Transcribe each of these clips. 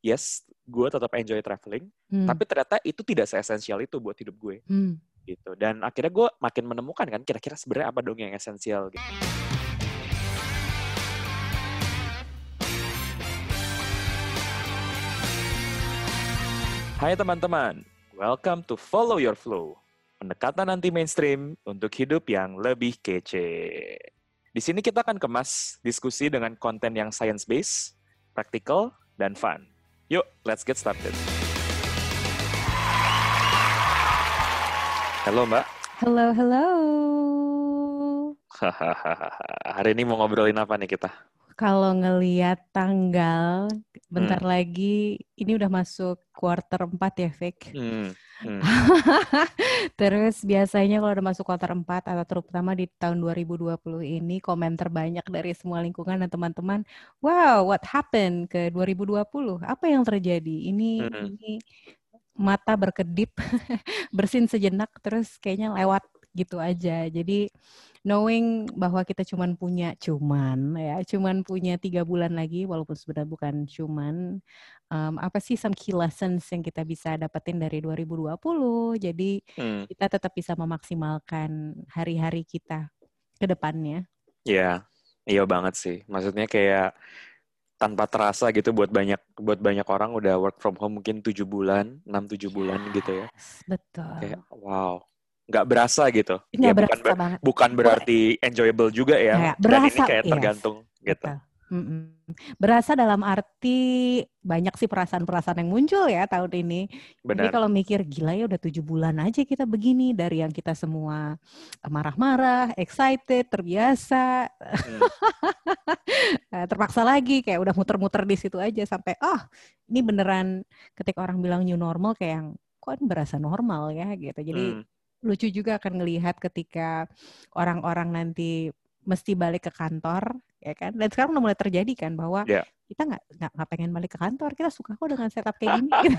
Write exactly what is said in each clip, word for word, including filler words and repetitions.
yes, gue tetap enjoy traveling, Hmm. tapi ternyata itu tidak se-esensial itu buat hidup gue. Hmm. Gitu. Dan akhirnya gue makin menemukan kan, kira-kira sebenarnya apa dong yang esensial gitu. Hai teman-teman, welcome to Follow Your Flow. Pendekatan anti mainstream untuk hidup yang lebih kece. Di sini kita akan kemas diskusi dengan konten yang science-based, practical, dan fun. Yuk, let's get started. Halo Mbak. Hello, hello. Hari ini mau ngobrolin apa nih kita? Kalau ngelihat tanggal, bentar Hmm. lagi, ini udah masuk quarter empat ya, Vic? Hmm. Hmm. Terus biasanya kalau udah masuk kuartal empat atau terutama di tahun dua ribu dua puluh ini komen terbanyak dari semua lingkungan dan teman-teman, wow, what happened ke dua ribu dua puluh? Apa yang terjadi? Ini Hmm. ini mata berkedip, bersin sejenak, terus kayaknya lewat gitu aja. Jadi knowing bahwa kita cuman punya cuman ya, cuman punya tiga bulan lagi, walaupun sebenarnya bukan cuman, um, apa sih some key lessons yang kita bisa dapetin dari dua ribu dua puluh. Jadi Hmm. kita tetap bisa memaksimalkan hari-hari kita ke depannya. Ya, iya banget sih. Maksudnya kayak tanpa terasa gitu buat banyak buat banyak orang udah work from home mungkin tujuh bulan, enam tujuh bulan gitu ya. Yes, betul. Kayak wow, nggak berasa gitu. Nggak Ya bukan berasa ber- banget. bukan Ber- berarti enjoyable juga ya. Kayak Dan ini berasa, kayak yes, tergantung gitu. betul. Mm-mm. Berasa dalam arti banyak sih perasaan-perasaan yang muncul ya tahun ini. Jadi Benar. kalau mikir gila ya udah tujuh bulan aja kita begini, dari yang kita semua marah-marah, excited, terbiasa, Hmm. terpaksa lagi kayak udah muter-muter di situ aja sampai oh ini beneran ketika orang bilang new normal kayak yang kok ini berasa normal ya gitu. Jadi Hmm. lucu juga akan ngelihat ketika orang-orang nanti mesti balik ke kantor, ya kan? Dan sekarang udah mulai terjadi kan bahwa Ya. kita nggak nggak nggak pengen balik ke kantor, kita suka kok dengan setup kayak gini. Gitu.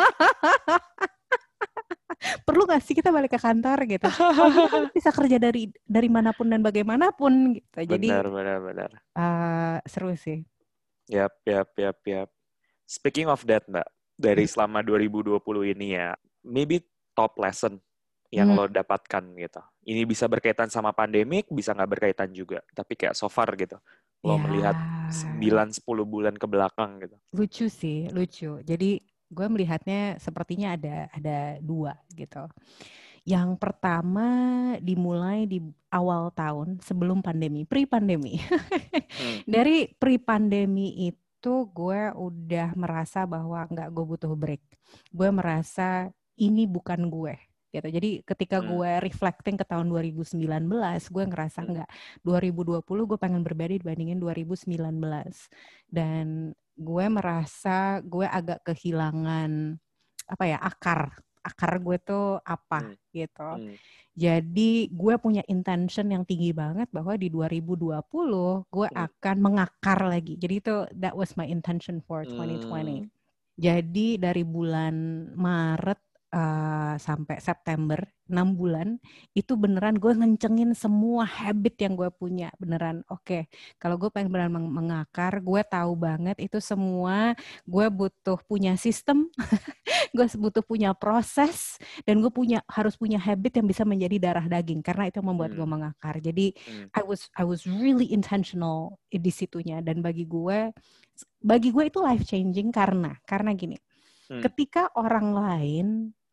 Perlu nggak sih kita balik ke kantor gitu? Kalau kita kan bisa kerja dari dari manapun dan bagaimanapun gitu. Jadi Benar, benar, benar. uh, seru sih. Yap, yap, yap, yap. Speaking of that, Mbak, dari selama dua ribu dua puluh ini ya, maybe top lesson yang Hmm. lo dapatkan gitu. Ini bisa berkaitan sama pandemik, bisa nggak berkaitan juga. Tapi kayak so far gitu, lo Ya, melihat sembilan sepuluh bulan ke belakang gitu. lucu sih, lucu. Jadi gue melihatnya sepertinya ada ada dua gitu. Yang pertama dimulai di awal tahun sebelum pandemi, pre-pandemi. Hmm. Dari pre-pandemi itu gue udah merasa bahwa nggak, gue butuh break. Gue merasa ini bukan gue. Gitu. Jadi ketika Hmm. gue reflecting ke tahun dua ribu sembilan belas, gue ngerasa Hmm. enggak, dua ribu dua puluh gue pengen berbeda dibandingin dua ribu sembilan belas. Dan gue merasa gue agak kehilangan apa ya, akar. Akar gue tuh apa Hmm. gitu. Hmm. Jadi gue punya intention yang tinggi banget bahwa di dua ribu dua puluh gue Hmm. akan mengakar lagi. Jadi itu that was my intention for twenty twenty. Hmm. Jadi dari bulan Maret uh, sampai September, enam bulan, itu beneran gue ngencengin semua habit yang gue punya. Beneran, oke, okay. Kalau gue pengen beneran meng- mengakar, gue tahu banget itu semua gue butuh punya sistem, gue butuh punya proses, dan gue punya harus punya habit yang bisa menjadi darah daging, karena itu yang membuat Hmm. gue mengakar. Jadi Hmm. I was I was really intentional di situnya, dan bagi gue bagi gue itu life changing karena karena gini, Hmm. ketika orang lain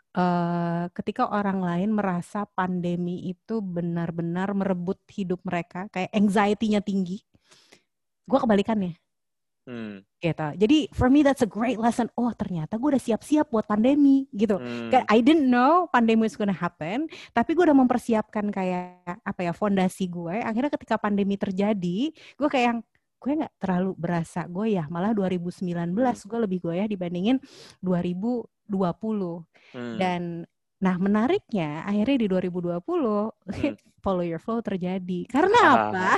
uh, ketika orang lain merasa pandemi itu benar-benar merebut hidup mereka, kayak anxiety-nya tinggi, gue kebalikannya. Hmm. Gitu. Jadi for me that's a great lesson. Oh ternyata gue udah siap-siap buat pandemi gitu. Hmm. I didn't know pandemi is gonna happen, tapi gue udah mempersiapkan kayak apa ya, fondasi gue. Akhirnya ketika pandemi terjadi, gue kayak yang gue nggak terlalu berasa goyah, malah dua ribu sembilan belas hmm. gue lebih goyah dibandingin dua ribu dua puluh. Hmm. Dan nah menariknya akhirnya di dua ribu dua puluh hmm. follow your flow terjadi. Karena apa?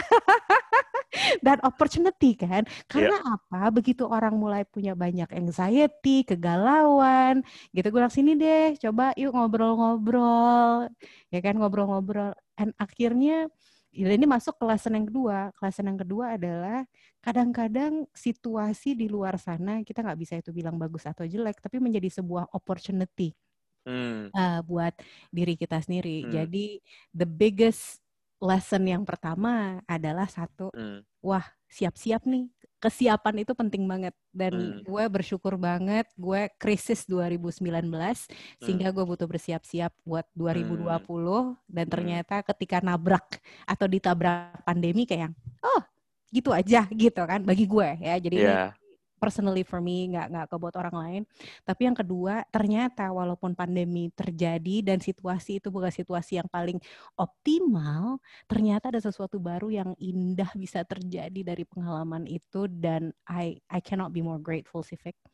Dan opportunity kan, karena yeah. apa? Begitu orang mulai punya banyak anxiety, kegalauan, gitu, gue bilang sini deh, coba yuk ngobrol-ngobrol, ya kan, ngobrol-ngobrol. Dan akhirnya ini masuk ke lesson yang kedua. Lesson yang kedua adalah kadang-kadang situasi di luar sana kita nggak bisa itu bilang bagus atau jelek, tapi menjadi sebuah opportunity Hmm. uh, buat diri kita sendiri. Hmm. Jadi the biggest lesson yang pertama adalah satu, Hmm. wah siap-siap nih. Kesiapan itu penting banget. Dan Hmm. gue bersyukur banget, gue krisis dua ribu sembilan belas, Hmm. sehingga gue butuh bersiap-siap buat dua ribu dua puluh, Hmm. dan Hmm. ternyata ketika nabrak atau ditabrak pandemi kayak yang, oh gitu aja gitu kan, bagi gue ya. Jadi ini Yeah. personally for me, nggak nggak ke buat orang lain. Tapi yang kedua, ternyata walaupun pandemi terjadi dan situasi itu bukan situasi yang paling optimal, ternyata ada sesuatu baru yang indah bisa terjadi dari pengalaman itu, dan I I cannot be more grateful sih, Fik.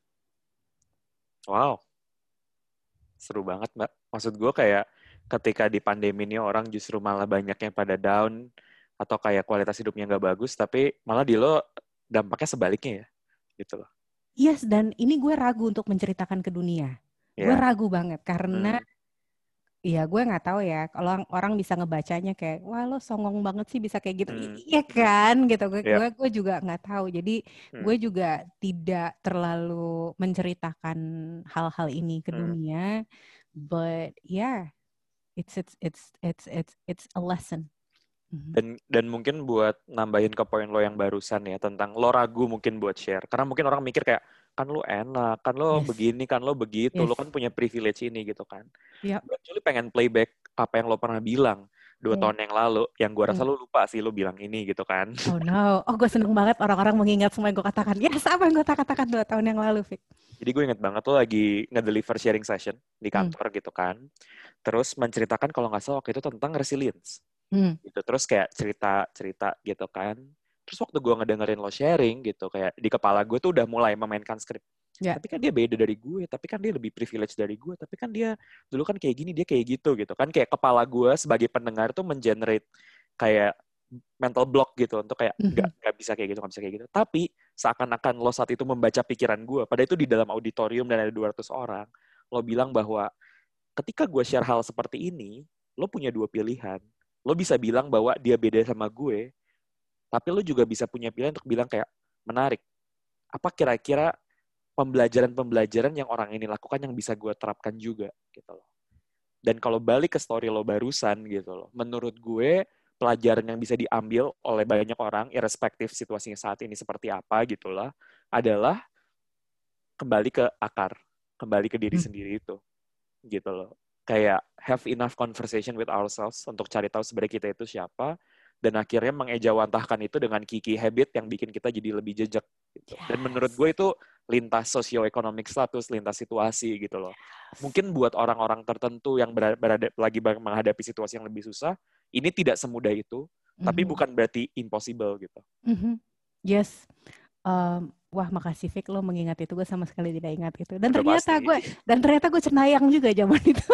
Wow, seru banget Mbak. Maksud gue kayak ketika di pandemi ini orang justru malah banyak yang pada down atau kayak kualitas hidupnya nggak bagus, tapi malah di lo dampaknya sebaliknya ya, gitu loh. Yes, dan ini gue ragu untuk menceritakan ke dunia. Gue Yeah. ragu banget karena Hmm. ya gue nggak tahu ya, kalau orang bisa ngebacanya kayak, wah lo songong banget sih bisa kayak gitu, Hmm. iya kan, gitu. Gue Yeah. gue gue juga nggak tahu, jadi Hmm. gue juga tidak terlalu menceritakan hal-hal ini ke Hmm. dunia, but yeah, it's it's it's it's it's it's a lesson. Dan dan mungkin buat nambahin ke poin lo yang barusan ya tentang lo ragu mungkin buat share, karena mungkin orang mikir kayak kan lo enak, kan lo Yes. begini, kan lo begitu, Yes. lo kan punya privilege ini gitu kan. Yep. Gue actually pengen playback apa yang lo pernah bilang dua Hmm. tahun yang lalu, yang gue rasa Hmm. lo lupa sih lo bilang ini gitu kan. Oh no, oh gue seneng banget orang-orang mengingat semua yang gue katakan. Yes, apa yang gue katakan dua tahun yang lalu, Fik? Jadi gue inget banget lo lagi nge-deliver sharing session di kantor hmm. gitu kan. Terus menceritakan kalau nggak salah waktu itu tentang resilience. Hmm. Gitu. Terus kayak cerita-cerita gitu kan. Terus waktu gue ngedengerin lo sharing gitu, kayak di kepala gue tuh udah mulai memainkan skrip. Yeah. Tapi kan dia beda dari gue, tapi kan dia lebih privilege dari gue, tapi kan dia dulu kan kayak gini, dia kayak gitu gitu kan. Kayak kepala gue sebagai pendengar tuh mengenerate kayak mental block gitu untuk kayak nggak mm-hmm. nggak bisa kayak gitu, nggak bisa kayak gitu. Tapi seakan-akan lo saat itu membaca pikiran gue, pada itu di dalam auditorium dan ada dua ratus orang, lo bilang bahwa ketika gue share hal seperti ini, lo punya dua pilihan. Lo bisa bilang bahwa dia beda sama gue, tapi lo juga bisa punya pilihan untuk bilang kayak, menarik. Apa kira-kira pembelajaran-pembelajaran yang orang ini lakukan yang bisa gue terapkan juga gitu loh. Dan kalau balik ke story lo barusan gitu loh, menurut gue pelajaran yang bisa diambil oleh banyak orang, irrespective situasinya saat ini seperti apa gitu lah, adalah kembali ke akar, kembali ke diri hmm. sendiri itu gitu loh. Kayak have enough conversation with ourselves untuk cari tahu sebenarnya kita itu siapa, dan akhirnya mengejawantahkan itu dengan key-key habit yang bikin kita jadi lebih jejak gitu. Yes. Dan menurut gue itu lintas socio-economic status, lintas situasi gitu loh. Yes. Mungkin buat orang-orang tertentu yang berada, berada lagi menghadapi situasi yang lebih susah, ini tidak semudah itu, mm-hmm. tapi bukan berarti impossible gitu. Mm-hmm. Yes. Um, wah makasih Fik lo mengingat itu, gue sama sekali tidak ingat itu. Dan Udah ternyata pasti. gue dan ternyata gue cenayang juga zaman itu.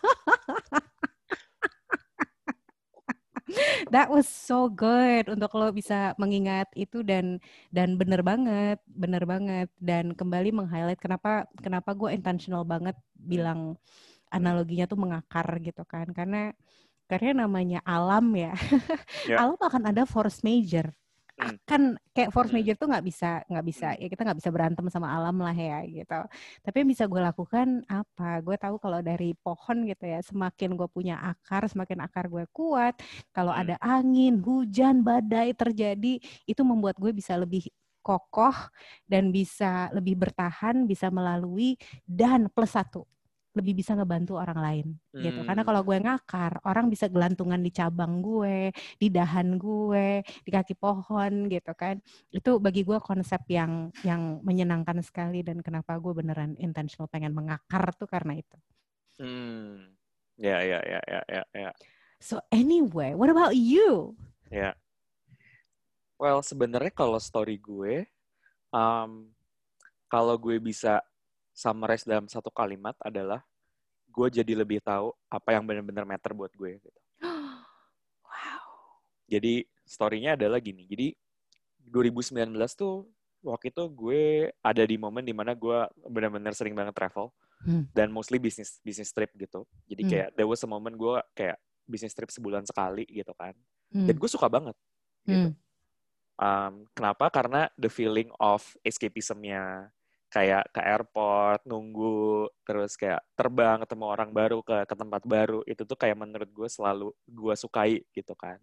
That was so good untuk lo bisa mengingat itu, dan dan bener banget, bener banget, dan kembali meng-highlight kenapa kenapa gue intentional banget bilang analoginya tuh mengakar gitu kan, karena karena namanya alam ya, yeah. Alam akan ada force major. Kan kayak force major tuh nggak bisa nggak bisa ya, kita nggak bisa berantem sama alam lah ya gitu. Tapi yang bisa gue lakukan apa? Gue tahu kalau dari pohon gitu ya, semakin gue punya akar, semakin akar gue kuat. Kalau hmm. ada angin, hujan, badai terjadi, itu membuat gue bisa lebih kokoh dan bisa lebih bertahan, bisa melalui, dan plus satu, lebih bisa ngebantu orang lain gitu. Hmm. Karena kalau gue ngakar, orang bisa gelantungan di cabang gue, di dahan gue, di kaki pohon gitu kan. Itu bagi gue konsep yang yang menyenangkan sekali, dan kenapa gue beneran intentional pengen mengakar tuh karena itu. Hmm. Ya, ya, ya, ya, ya, ya. So anyway, what about you? Ya. Well, sebenarnya kalau story gue, um, kalau gue bisa summarize dalam satu kalimat adalah gue jadi lebih tahu apa yang benar-benar matter buat gue. Gitu. Wow. Jadi story-nya adalah gini. Jadi dua ribu sembilan belas tuh waktu itu gue ada di momen dimana gue benar-benar sering banget travel hmm. dan mostly business business trip gitu. Jadi kayak hmm. there was a moment gue kayak bisnis trip sebulan sekali gitu kan. Hmm. Dan gue suka banget gitu. Hmm. Um, kenapa? Karena the feeling of escapism-nya, kayak ke airport, nunggu, terus kayak terbang, ketemu orang baru, ke, ke tempat baru, itu tuh kayak menurut gue selalu gue sukai gitu kan.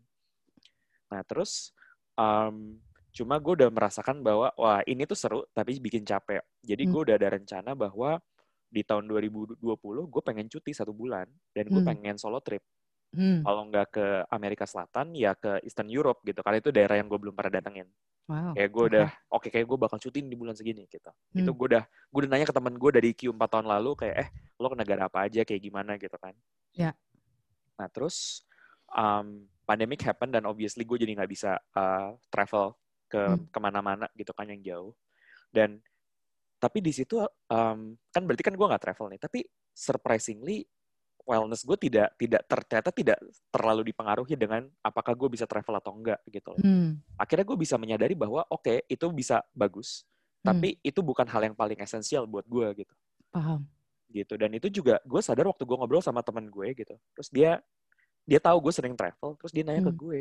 Nah terus, um, cuma gue udah merasakan bahwa, wah ini tuh seru, tapi bikin capek. Jadi gue udah ada rencana bahwa di tahun dua ribu dua puluh, gue pengen cuti satu bulan, dan gue Hmm. pengen solo trip. Hmm. Kalau nggak ke Amerika Selatan, ya ke Eastern Europe gitu. Karena itu daerah yang gue belum pernah datengin. Wow. Kayak gue Okay. udah, oke okay, kayak gue bakal cutiin di bulan segini gitu. Hmm. Itu gue udah, gue udah nanya ke temen gue dari Q empat tahun lalu, kayak eh lo ke negara apa aja, kayak gimana gitu kan. Ya. Yeah. Nah terus, um, pandemic happen dan obviously gue jadi nggak bisa uh, travel ke Hmm. kemana-mana gitu kan yang jauh. Dan, tapi di situ, um, kan berarti kan gue nggak travel nih, tapi surprisingly, wellness gue tidak tidak ter, ternyata tidak terlalu dipengaruhi dengan apakah gue bisa travel atau enggak gitu loh. Hmm. Akhirnya gue bisa menyadari bahwa oke okay, itu bisa bagus, hmm. tapi itu bukan hal yang paling esensial buat gue gitu. Paham. Gitu. Dan itu juga gue sadar waktu gue ngobrol sama teman gue gitu. Terus dia dia tahu gue sering travel, terus dia nanya hmm. ke gue,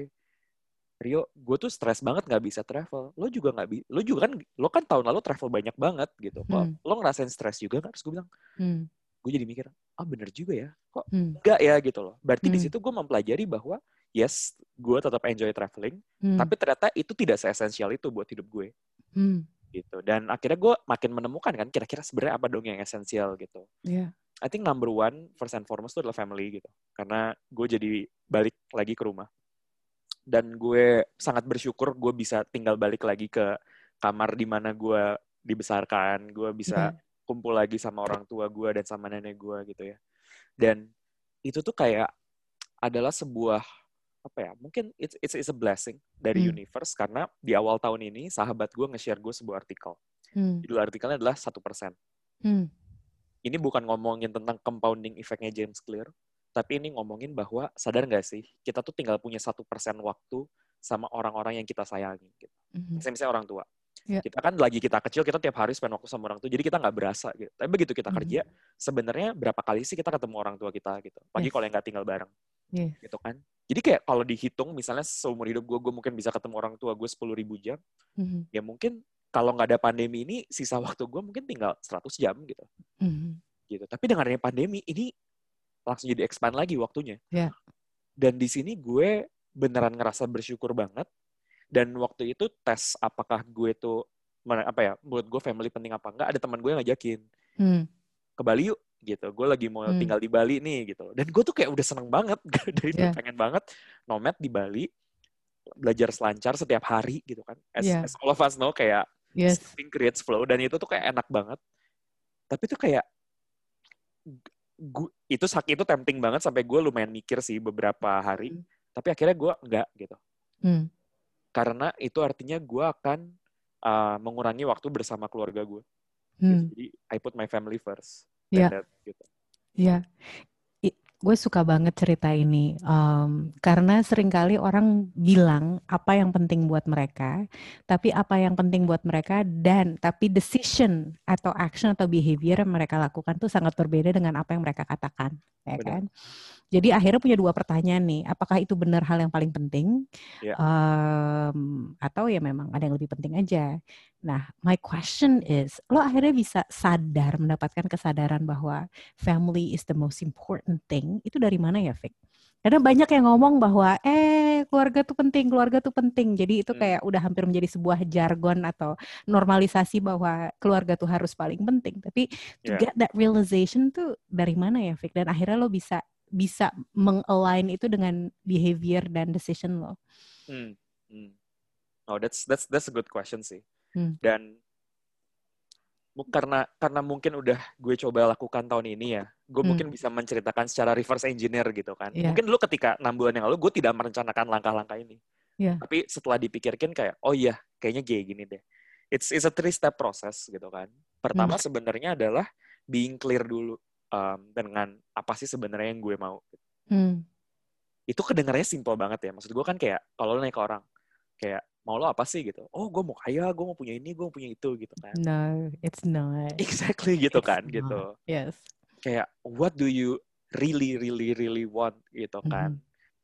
Rio, gue tuh stres banget nggak bisa travel. Lo juga nggak bisa. Lo juga kan, lo kan tahun lalu travel banyak banget gitu. Kok hmm. lo ngerasain stres juga nggak? Terus gue bilang. Hmm. Gue jadi mikir, ah oh, bener juga ya, kok hmm. enggak ya gitu loh. Berarti hmm. di situ gue mempelajari bahwa yes, gue tetap enjoy traveling, hmm. tapi ternyata itu tidak se-esensial itu buat hidup gue. Hmm. Gitu. Dan akhirnya gue makin menemukan kan, kira-kira sebenarnya apa dong yang esensial gitu. Yeah. I think number one, first and foremost itu adalah family gitu. Karena gue jadi balik lagi ke rumah. Dan gue sangat bersyukur gue bisa tinggal balik lagi ke kamar di mana gue dibesarkan, gue bisa... Yeah. kumpul lagi sama orang tua gue dan sama nenek gue gitu ya. Dan itu tuh kayak adalah sebuah apa ya, mungkin it's, it's, it's a blessing dari hmm. universe, karena di awal tahun ini sahabat gue nge-share gue sebuah artikel. Hmm. Judul artikelnya adalah satu persen. Hmm. Ini bukan ngomongin tentang compounding effect-nya James Clear, tapi ini ngomongin bahwa sadar nggak sih, kita tuh tinggal punya satu persen waktu sama orang-orang yang kita sayangi. Gitu. Hmm. Misalnya orang tua. Yeah. Kita kan lagi kita kecil, kita tiap hari spend waktu sama orang tua, jadi kita nggak berasa gitu. Tapi begitu kita mm-hmm. kerja, sebenarnya berapa kali sih kita ketemu orang tua kita gitu. Pagi yes. kalau yang nggak tinggal bareng, yes. gitu kan. Jadi kayak kalau dihitung, misalnya seumur hidup gue, gue mungkin bisa ketemu orang tua gue sepuluh ribu jam. Mm-hmm. Ya mungkin kalau nggak ada pandemi ini, sisa waktu gue mungkin tinggal seratus jam gitu. Mm-hmm. Gitu. Tapi dengan adanya pandemi, ini langsung jadi expand lagi waktunya. Yeah. Dan di sini gue beneran ngerasa bersyukur banget. Dan waktu itu tes apakah gue tuh apa ya, menurut gue family penting apa enggak, ada teman gue yang ngajakin hmm. ke Bali yuk gitu, gue lagi mau hmm. tinggal di Bali nih gitu. Dan gue tuh kayak udah seneng banget dari yeah. itu, pengen banget nomad di Bali, belajar selancar setiap hari gitu kan, as, yeah. as all of us know, kayak yes. something creates flow, dan itu tuh kayak enak banget. Tapi tuh kayak gue, itu sakit itu tempting banget sampai gue lumayan mikir sih beberapa hari, hmm. tapi akhirnya gue enggak gitu. Hmm. Karena itu artinya gue akan uh, mengurangi waktu bersama keluarga gue. Hmm. Gitu. Jadi I put my family first. Iya. Yeah. Gitu. Iya. Yeah. Gue suka banget cerita ini. Um, karena seringkali orang bilang apa yang penting buat mereka, tapi apa yang penting buat mereka dan tapi decision atau action atau behavior yang mereka lakukan tuh sangat berbeda dengan apa yang mereka katakan, ya benar. Kan? Jadi akhirnya punya dua pertanyaan nih, apakah itu benar hal yang paling penting, yeah. um, atau ya memang ada yang lebih penting aja. Nah, my question is, lo akhirnya bisa sadar, mendapatkan kesadaran bahwa family is the most important thing, itu dari mana ya, Vic? Karena banyak yang ngomong bahwa, eh keluarga tuh penting, keluarga tuh penting. Jadi itu kayak hmm. udah hampir menjadi sebuah jargon atau normalisasi bahwa keluarga tuh harus paling penting. Tapi to yeah. get that realization tuh dari mana ya, Vic? Dan akhirnya lo bisa bisa meng-align itu dengan behavior dan decision lo. Hmm. Hmm. Oh, that's that's that's a good question sih. Hmm. Dan karena karena mungkin udah gue coba lakukan tahun ini ya, gue hmm. mungkin bisa menceritakan secara reverse engineer gitu kan. Yeah. Mungkin dulu ketika enam bulan yang lalu gue tidak merencanakan langkah-langkah ini. Yeah. Tapi setelah dipikirkan kayak, oh iya, kayaknya kayak gini deh. It's it's a three step process gitu kan. Pertama hmm. sebenarnya adalah being clear dulu. Um, dengan apa sih sebenarnya yang gue mau. Hmm. Itu kedengarannya simple banget ya. Maksud gue kan kayak, kalau lo nanya ke orang, kayak, mau lo apa sih gitu? Oh, gue mau kaya, gue mau punya ini, gue mau punya itu gitu kan. No, it's not. Exactly gitu it's kan, not. gitu. Yes. Kayak, what do you really, really, really want gitu kan. Mm-hmm.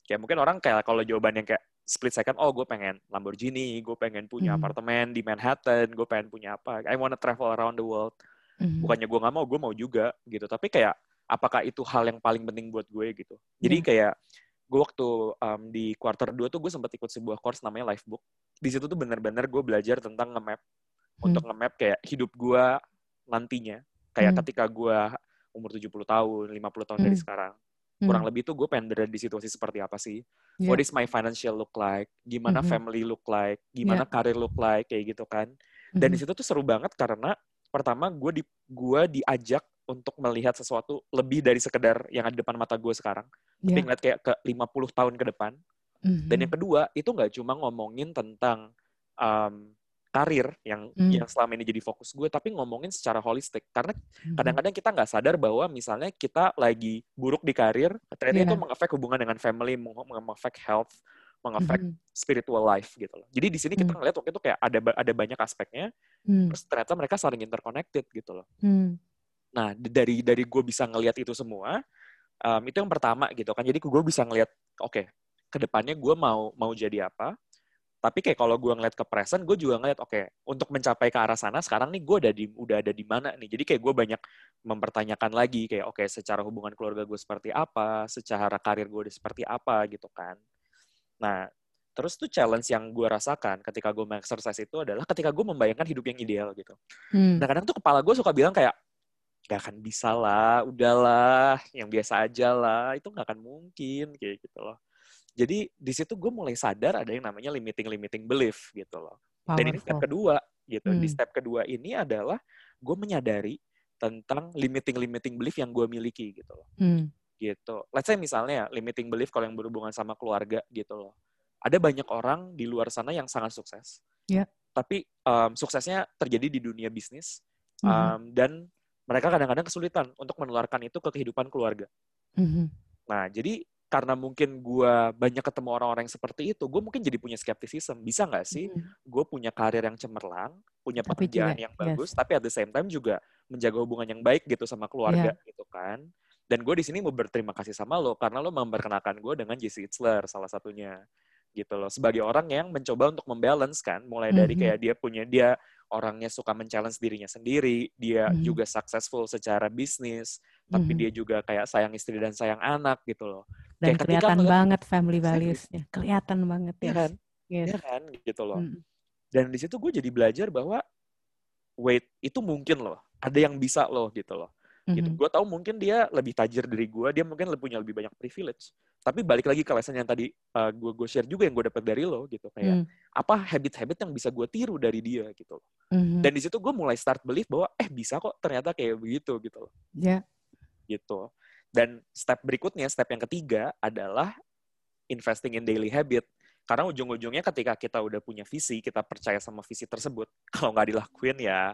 Kayak mungkin orang kayak kalau jawabannya kayak split second, oh gue pengen Lamborghini, gue pengen punya Mhm. apartemen di Manhattan, gue pengen punya apa, I wanna travel around the world. Mhm. Bukannya gue nggak mau, gue mau juga gitu. Tapi kayak apakah itu hal yang paling penting buat gue gitu. Jadi Yeah. kayak gue waktu um, di quarter dua tuh gue sempat ikut sebuah course namanya Lifebook. Di situ tuh benar-benar gue belajar tentang nge-map. Hmm. Untuk nge-map kayak hidup gue nantinya. Kayak Hmm. ketika gue umur tujuh puluh tahun, lima puluh tahun Hmm. dari sekarang. Kurang Hmm. lebih tuh gue pengen berada di situasi seperti apa sih. Yeah. What is my financial look like? Gimana Mhm. family look like? Gimana Yeah. karir look like? Kayak gitu kan. Dan di Mhm. situ tuh seru banget karena pertama gue di gue diajak untuk melihat sesuatu lebih dari sekedar yang ada di depan mata gue sekarang, tapi Yeah. ngeliat kayak ke lima puluh tahun ke depan. Mhm. Dan yang kedua itu nggak cuma ngomongin tentang um, karir yang Hmm. yang selama ini jadi fokus gue, tapi ngomongin secara holistik. Karena Mhm. kadang-kadang kita nggak sadar bahwa misalnya kita lagi buruk di karir, ternyata Yeah. itu mengefek hubungan dengan family, mengefek health, mengefek Mhm. spiritual life gitu loh. Jadi di sini kita Hmm. ngeliat waktu itu kayak ada ada banyak aspeknya. Hmm. Terus ternyata mereka saling interconnected gitu loh. Hmm. Nah, dari dari gue bisa ngelihat itu semua, um, itu yang pertama gitu kan. Jadi gue bisa ngelihat, oke, okay, kedepannya gue mau mau jadi apa. Tapi kayak kalau gue ngeliat ke present, gue juga ngeliat, oke, okay, untuk mencapai ke arah sana, sekarang nih gue udah di udah ada di mana nih. Jadi kayak gue banyak mempertanyakan lagi, kayak oke, okay, secara hubungan keluarga gue seperti apa, secara karir gue udah seperti apa gitu kan. Nah, terus tuh challenge yang gue rasakan ketika gue meng-exercise itu adalah ketika gue membayangkan hidup yang ideal gitu. Hmm. Nah, kadang tuh kepala gue suka bilang kayak, gak akan bisa lah, udahlah, yang biasa aja lah, itu gak akan mungkin, kayak gitu loh. Jadi di situ gue mulai sadar ada yang namanya limiting-limiting belief gitu loh. Dan ini step Powerful. kedua gitu. Hmm. Di step kedua ini adalah gue menyadari tentang limiting-limiting belief yang gue miliki gitu loh. Hmm. Gitu. Let's say misalnya limiting belief kalau yang berhubungan sama keluarga gitu loh. Ada banyak orang di luar sana yang sangat sukses. Yeah. Tapi um, suksesnya terjadi di dunia bisnis. Um, Mm-hmm. Dan mereka kadang-kadang kesulitan untuk menularkan itu ke kehidupan keluarga. Mm-hmm. Nah, jadi karena mungkin gue banyak ketemu orang-orang yang seperti itu, gue mungkin jadi punya skepticism. Bisa nggak sih Mm-hmm. gue punya karir yang cemerlang, punya Tapi pekerjaan juga, yang bagus, yes. tapi at the same time juga menjaga hubungan yang baik gitu sama keluarga Yeah. gitu kan. Dan gue di sini mau berterima kasih sama lo, karena lo memperkenalkan gue dengan Jesse Itzler salah satunya. Gitu loh, sebagai orang yang mencoba untuk membalance kan, mulai dari Mm-hmm. kayak dia punya, dia orangnya suka men-challenge dirinya sendiri, dia Mm-hmm. juga successful secara bisnis, tapi Mm-hmm. dia juga kayak sayang istri dan sayang anak gitu loh. Dan Kayak kelihatan ngeliat, banget family exactly, values-nya, kelihatan banget, ya yes. kan, Yes. ya kan, gitu loh. Mm-hmm. Dan di situ gue jadi belajar bahwa, wait, itu mungkin loh, ada yang bisa loh gitu loh. Gitu. Mm-hmm. Gue tahu mungkin dia lebih tajir dari gue, dia mungkin punya lebih banyak privilege. Tapi balik lagi ke lesson yang tadi uh, gue gue share juga yang gue dapat dari lo gitu, kayak Mm-hmm. apa habit-habit yang bisa gue tiru dari dia gitu. Mm-hmm. Dan di situ gue mulai start believe bahwa eh bisa kok ternyata kayak begitu gitu loh. Ya. Yeah. Gitu. Dan step berikutnya, step yang ketiga adalah investing in daily habit. Karena ujung-ujungnya ketika kita udah punya visi, kita percaya sama visi tersebut, kalau nggak dilakuin ya,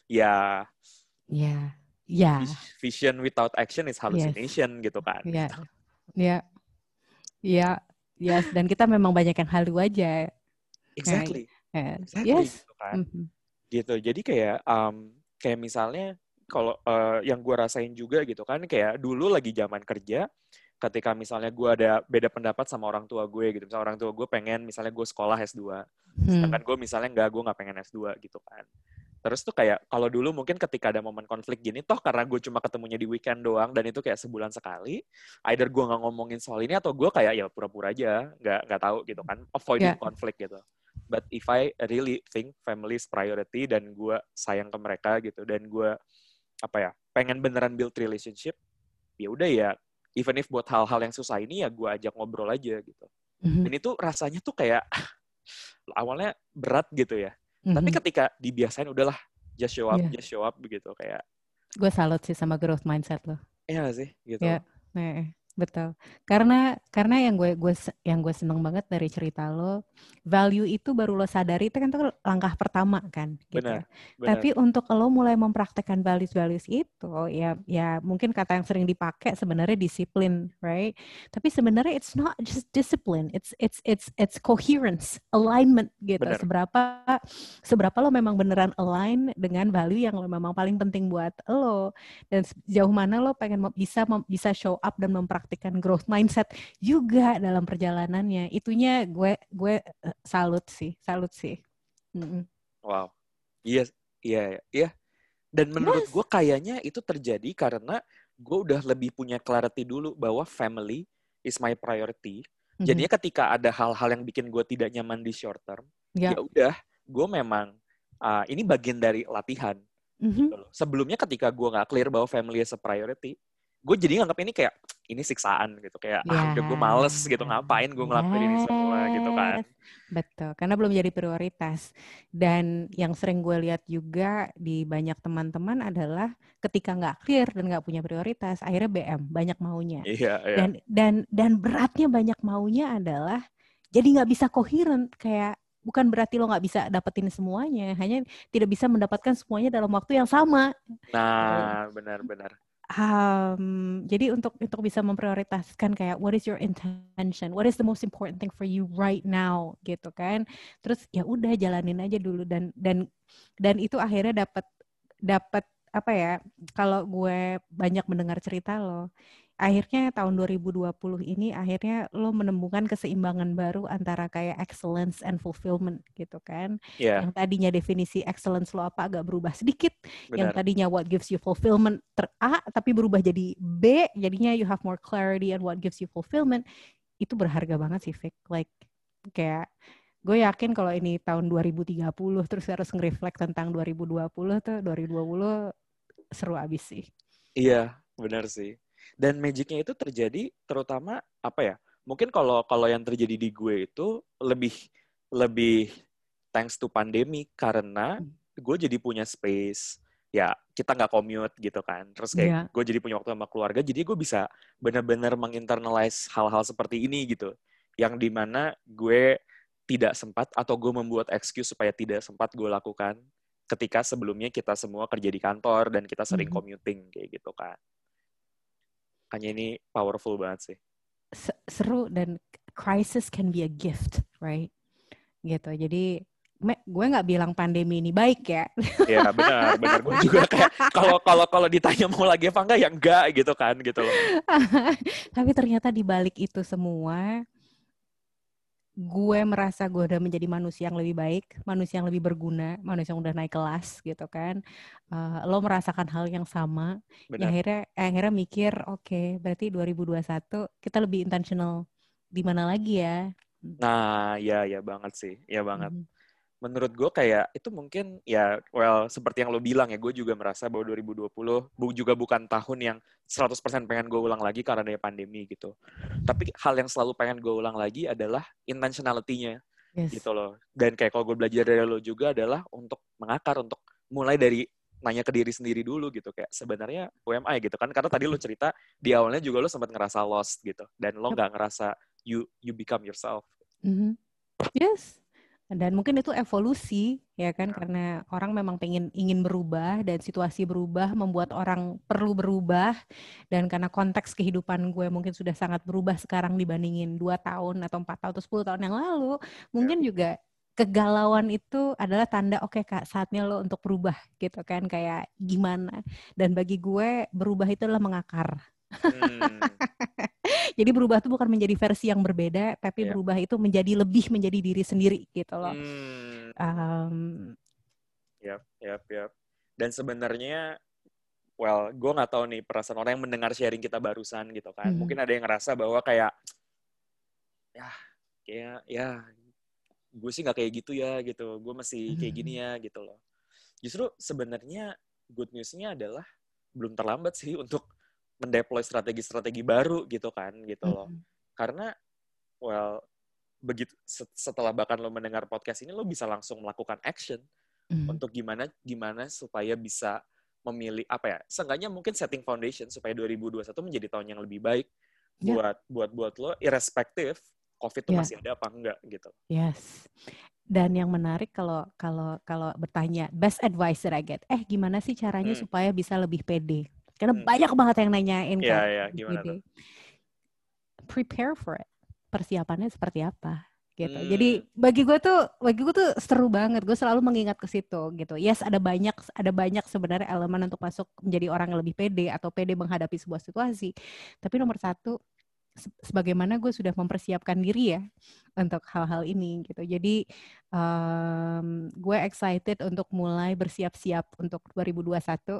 ya, ya, ya, vision without action is hallucination, yes, gitu kan. Ya, ya, ya, yes. Dan kita memang banyak yang halu aja. Exactly, nah, exactly, yes. gitu kan. Mm-hmm. Gitu, jadi kayak, um, kayak misalnya kalau uh, yang gue rasain juga gitu kan, kayak dulu lagi zaman kerja, ketika misalnya gue ada beda pendapat sama orang tua gue gitu, misalnya orang tua gue pengen misalnya gue sekolah S dua, hmm. sedangkan gue misalnya enggak, gue nggak pengen S dua gitu kan. Terus tuh kayak kalau dulu mungkin ketika ada momen konflik gini, toh karena gue cuma ketemunya di weekend doang dan itu kayak sebulan sekali, either gue nggak ngomongin soal ini atau gue kayak ya pura-pura aja, nggak nggak tahu gitu kan, avoiding yeah. konflik gitu. But if I really think family is priority dan gue sayang ke mereka gitu, dan gue apa ya pengen beneran build relationship, ya udah ya. Even if buat hal-hal yang susah ini ya gue ajak ngobrol aja gitu. Mm-hmm. Dan itu rasanya tuh kayak awalnya berat gitu ya. Mm-hmm. Tapi ketika dibiasain udahlah just show up, yeah. just show up begitu kayak. Gue salut sih sama growth mindset lo. Iya sih gitu. Ya, yeah. Betul. Karena karena yang gue gue yang gue seneng banget dari cerita lo, value itu baru lo sadari itu kan tuh langkah pertama kan gitu. Benar, benar. Tapi untuk lo mulai mempraktekkan values-values itu ya ya mungkin kata yang sering dipakai sebenarnya disiplin, right? Tapi sebenarnya it's not just discipline, it's it's it's it's coherence, alignment gitu. Benar. Seberapa seberapa lo memang beneran align dengan value yang lo memang paling penting buat lo, dan sejauh mana lo pengen bisa bisa show up dan mempraktekkan mempraktikkan growth mindset juga dalam perjalanannya. Itunya gue gue salut sih, salut sih. Mm-mm. Wow. Iya, iya, iya. Dan menurut Yes. gue kayaknya itu terjadi karena gue udah lebih punya clarity dulu bahwa family is my priority. Mm-hmm. Jadinya ketika ada hal-hal yang bikin gue tidak nyaman di short term, yeah. ya udah, gue memang uh, ini bagian dari latihan. Mm-hmm. Gitu loh. Sebelumnya ketika gue nggak clear bahwa family is a priority, gue jadi nganggap ini kayak ini siksaan gitu, kayak yeah. ah udah gue males gitu, ngapain gue ngelakuin ini semua gitu kan. Betul, karena belum jadi prioritas. Dan yang sering gue lihat juga di banyak teman-teman adalah ketika nggak clear dan nggak punya prioritas, akhirnya B M, banyak maunya. Iya, iya. Dan dan dan beratnya banyak maunya adalah jadi nggak bisa koheren, kayak bukan berarti lo nggak bisa dapetin semuanya, hanya tidak bisa mendapatkan semuanya dalam waktu yang sama. Nah, benar-benar. Um, jadi untuk untuk bisa memprioritaskan kayak what is your intention, what is the most important thing for you right now, gitu kan. Terus ya udah jalanin aja dulu dan dan dan itu akhirnya dapat dapat apa ya? Kalau gue banyak mendengar cerita lo, akhirnya tahun dua ribu dua puluh ini akhirnya lo menemukan keseimbangan baru antara kayak excellence and fulfillment gitu kan. Yeah. Yang tadinya definisi excellence lo apa agak berubah sedikit. Benar. Yang tadinya what gives you fulfillment ter A tapi berubah jadi B, jadinya you have more clarity on what gives you fulfillment. Itu berharga banget sih, Vic. Like kayak gue yakin kalau ini tahun dua ribu tiga puluh terus harus nge-reflect tentang dua ribu dua puluh tuh dua ribu dua puluh seru abis sih. Iya, benar sih. Dan magicnya itu terjadi terutama apa ya? Mungkin kalau kalau yang terjadi di gue itu lebih lebih thanks to pandemi karena gue jadi punya space. Ya, kita nggak commute gitu kan. Terus kayak yeah. gue jadi punya waktu sama keluarga. Jadi gue bisa benar-benar menginternalize hal-hal seperti ini gitu. Yang dimana gue tidak sempat atau gue membuat excuse supaya tidak sempat gue lakukan ketika sebelumnya kita semua kerja di kantor dan kita sering mm-hmm. commuting kayak gitu kan. Hanya ini powerful banget sih. Seru dan crisis can be a gift, right? Gitu. Jadi gue nggak bilang pandemi ini baik ya. Iya benar, benar. Gue juga kayak kalau kalau kalau ditanya mau lagi apa enggak ya enggak gitu kan gitu loh. Tapi ternyata di balik itu semua, gue merasa gue udah menjadi manusia yang lebih baik, manusia yang lebih berguna, manusia yang udah naik kelas gitu kan. Uh, lo merasakan hal yang sama. Yang akhirnya akhirnya mikir, oke, okay, berarti dua ribu dua puluh satu kita lebih intentional di mana lagi ya? Nah, ya ya banget sih, ya banget. Mm-hmm. Menurut gue kayak itu mungkin ya, well seperti yang lo bilang ya, gue juga merasa bahwa dua ribu dua puluh juga bukan tahun yang seratus persen pengen gue ulang lagi karena ada pandemi gitu. Tapi hal yang selalu pengen gue ulang lagi adalah intentionality-nya yes. gitu loh. Dan kayak kalau gue belajar dari lo juga adalah untuk mengakar, untuk mulai dari nanya ke diri sendiri dulu gitu. Kayak sebenarnya who am I gitu kan. Karena tadi lo cerita di awalnya juga lo sempat ngerasa lost gitu. Dan lo nggak yep. ngerasa you you become yourself. Mm-hmm. Yes. Dan mungkin itu evolusi ya kan, karena orang memang pengen ingin berubah dan situasi berubah membuat orang perlu berubah, dan karena konteks kehidupan gue mungkin sudah sangat berubah sekarang dibandingin dua tahun atau empat tahun atau sepuluh tahun yang lalu, mungkin yeah. juga kegalauan itu adalah tanda oke okay, Kak, saatnya lo untuk berubah gitu kan, kayak gimana. Dan bagi gue berubah itu adalah mengakar. Hmm. Jadi berubah itu bukan menjadi versi yang berbeda, tapi yeah. berubah itu menjadi lebih menjadi diri sendiri gitu loh. Hmm. Um, yap, yap, yap. Dan sebenarnya, well, gue nggak tahu nih perasaan orang yang mendengar sharing kita barusan gitu kan. Mm-hmm. Mungkin ada yang ngerasa bahwa kayak, ya, kayak, ya, gue sih nggak kayak gitu ya gitu. Gue masih kayak gini ya gitu loh. Justru sebenarnya good news-nya adalah belum terlambat sih untuk mendeploy strategi-strategi baru gitu kan gitu loh. Mm-hmm. Karena well begitu setelah bahkan lo mendengar podcast ini lo bisa langsung melakukan action mm-hmm. untuk gimana gimana supaya bisa memilih apa ya? Seenggaknya mungkin setting foundation supaya dua ribu dua puluh satu menjadi tahun yang lebih baik yeah. buat buat buat lo irrespective COVID itu yeah. masih ada apa enggak gitu. Yes. Dan yang menarik kalau kalau kalau bertanya best advice that I get, eh gimana sih caranya hmm. supaya bisa lebih pede? Karena hmm. banyak banget yang nanyain kan. Yeah, yeah. Gimana tuh? Prepare for it. Persiapannya seperti apa? gitu. Hmm. Jadi bagi gue tuh, bagi gue tuh seru banget. Gue selalu mengingat ke situ gitu. Yes, ada banyak, ada banyak sebenarnya elemen untuk masuk menjadi orang yang lebih pede atau pede menghadapi sebuah situasi. Tapi nomor satu, sebagaimana gue sudah mempersiapkan diri ya untuk hal-hal ini gitu. Jadi um, gue excited untuk mulai bersiap-siap untuk dua ribu dua puluh satu.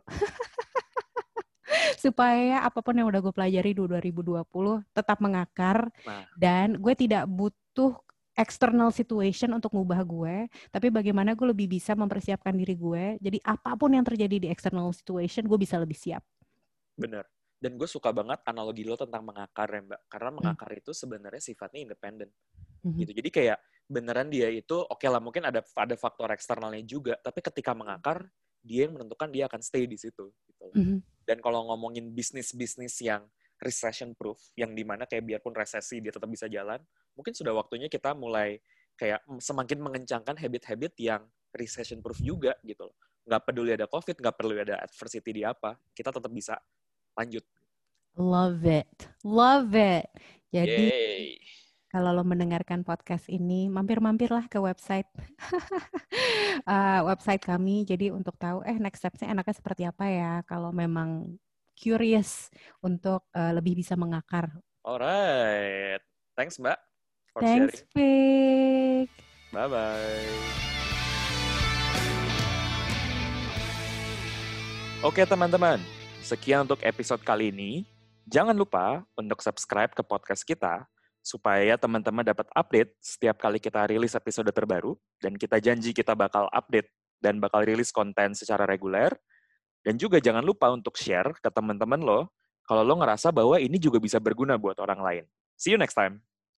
Supaya apapun yang udah gue pelajari di dua ribu dua puluh tetap mengakar, Nah. dan gue tidak butuh external situation untuk ngubah gue, tapi bagaimana gue lebih bisa mempersiapkan diri gue, jadi apapun yang terjadi di external situation, gue bisa lebih siap. Bener. Dan gue suka banget analogi lo tentang mengakar ya Mbak, karena mengakar hmm. itu sebenarnya sifatnya independen. Mm-hmm. Gitu. Jadi kayak beneran dia itu, oke okay lah mungkin ada ada faktor eksternalnya juga, tapi ketika mengakar, dia yang menentukan dia akan stay di situ. Gitu. Mm-hmm. Dan kalau ngomongin bisnis-bisnis yang recession proof, yang dimana kayak biarpun resesi dia tetap bisa jalan, mungkin sudah waktunya kita mulai kayak semakin mengencangkan habit-habit yang recession proof juga gitu loh. Nggak peduli ada COVID, nggak perlu ada adversity di apa, kita tetap bisa lanjut. Love it, love it. Jadi Yay. Kalau lo mendengarkan podcast ini, mampir-mampirlah ke website uh, website kami. Jadi untuk tahu eh next step-nya enaknya seperti apa ya. Kalau memang curious untuk uh, lebih bisa mengakar. Alright, thanks Mbak for Thanks, sharing. Vic. Bye bye. Oke teman-teman, sekian untuk episode kali ini. Jangan lupa untuk subscribe ke podcast kita supaya teman-teman dapat update setiap kali kita rilis episode terbaru, dan kita janji kita bakal update dan bakal rilis konten secara reguler. Dan juga jangan lupa untuk share ke teman-teman lo kalau lo ngerasa bahwa ini juga bisa berguna buat orang lain. See you next time.